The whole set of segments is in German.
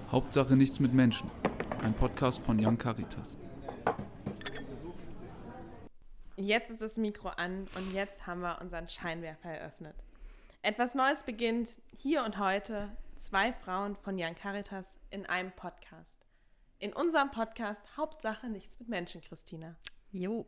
Hauptsache nichts mit Menschen. Ein Podcast von Young Caritas. Jetzt ist das Mikro an und jetzt haben wir unseren Scheinwerfer eröffnet. Etwas Neues beginnt hier und heute. 2 Frauen von Young Caritas in einem Podcast. In unserem Podcast Hauptsache nichts mit Menschen, Christina. Jo.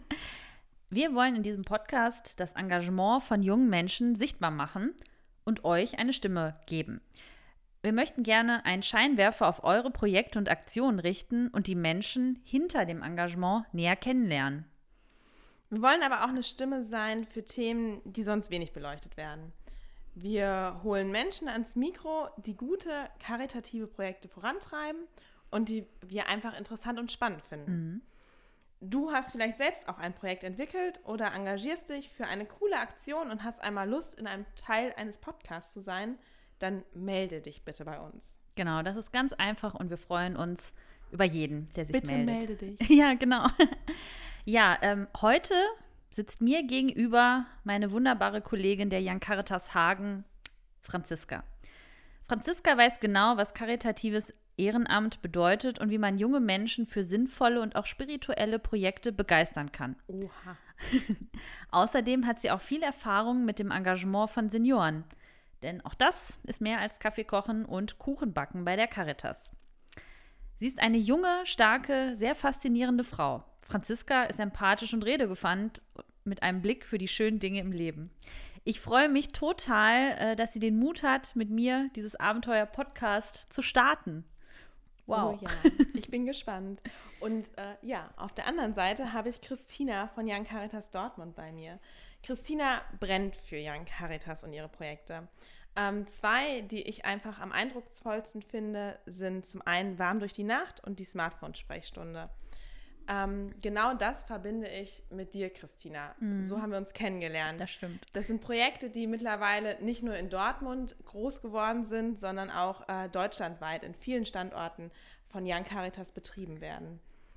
Wir wollen in diesem Podcast das Engagement von jungen Menschen sichtbar machen und euch eine Stimme geben. Wir möchten gerne einen Scheinwerfer auf eure Projekte und Aktionen richten und die Menschen hinter dem Engagement näher kennenlernen. Wir wollen aber auch eine Stimme sein für Themen, die sonst wenig beleuchtet werden. Wir holen Menschen ans Mikro, die gute, karitative Projekte vorantreiben und die wir einfach interessant und spannend finden. Du hast vielleicht selbst auch ein Projekt entwickelt oder engagierst dich für eine coole Aktion und hast einmal Lust, in einem Teil eines Podcasts zu sein, dann melde dich bitte bei uns. Genau, das ist ganz einfach und wir freuen uns über jeden, der sich Bitte meldet. melde dich. Ja, genau. Ja, heute sitzt mir gegenüber meine wunderbare Kollegin der Young Caritas Hagen, Franziska. Franziska weiß genau, was karitatives Ehrenamt bedeutet und wie man junge Menschen für sinnvolle und auch spirituelle Projekte begeistern kann. Oha. Außerdem hat sie auch viel Erfahrung mit dem Engagement von Senioren. Denn auch das ist mehr als Kaffee kochen und Kuchen backen bei der Caritas. Sie ist eine junge, starke, sehr faszinierende Frau. Franziska ist empathisch und redegewandt mit einem Blick für die schönen Dinge im Leben. Ich freue mich total, dass sie den Mut hat, mit mir dieses Abenteuer-Podcast zu starten. Wow. Oh ja, ich bin gespannt. Und auf der anderen Seite habe ich Christina von Young Caritas Dortmund bei mir. Christina brennt für Young Caritas und ihre Projekte. 2, die ich einfach am eindrucksvollsten finde, sind zum einen Warm durch die Nacht und die Smartphone-Sprechstunde. Genau das verbinde ich mit dir, Christina. So haben wir uns kennengelernt. Das stimmt. Das sind Projekte, die mittlerweile nicht nur in Dortmund groß geworden sind, sondern auch deutschlandweit in vielen Standorten von Young Caritas betrieben werden.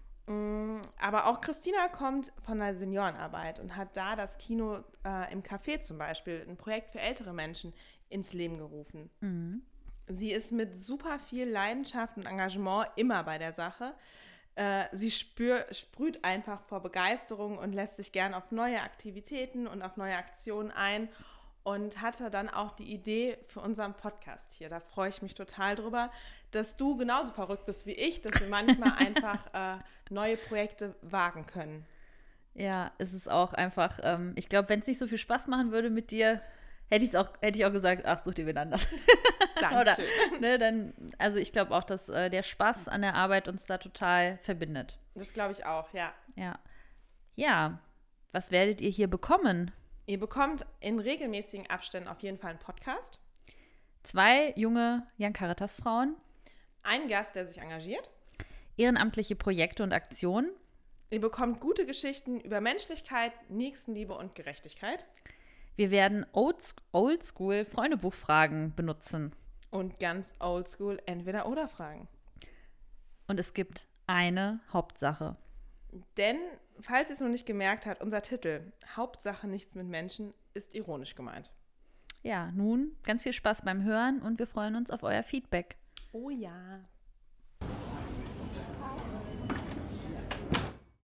Aber auch Christina kommt von der Seniorenarbeit und hat da das Kino im Café zum Beispiel, ein Projekt für ältere Menschen, ins Leben gerufen. Sie ist mit super viel Leidenschaft und Engagement immer bei der Sache. Sie sprüht einfach vor Begeisterung und lässt sich gern auf neue Aktivitäten und auf neue Aktionen ein und hatte dann auch die Idee für unseren Podcast hier. Da freue ich mich total drüber, dass du genauso verrückt bist wie ich, dass wir manchmal einfach neue Projekte wagen können. Ja, es ist auch einfach, ich glaube, wenn es nicht so viel Spaß machen würde mit dir, hätte ich auch gesagt, ach, such dir wen anders. Dankeschön. Oder, also ich glaube auch, dass der Spaß an der Arbeit uns da total verbindet. Das glaube ich auch, ja. Ja, was werdet ihr hier bekommen? Ihr bekommt in regelmäßigen Abständen auf jeden Fall einen Podcast. 2 junge Young Caritas Frauen. Einen Gast, der sich engagiert. Ehrenamtliche Projekte und Aktionen. Ihr bekommt gute Geschichten über Menschlichkeit, Nächstenliebe und Gerechtigkeit. Wir werden Oldschool Freundebuchfragen benutzen. Und ganz oldschool Entweder-oder-Fragen. Und es gibt eine Hauptsache. Denn, falls ihr es noch nicht gemerkt habt, unser Titel Hauptsache nichts mit Menschen ist ironisch gemeint. Ja, nun ganz viel Spaß beim Hören und wir freuen uns auf euer Feedback. Oh ja.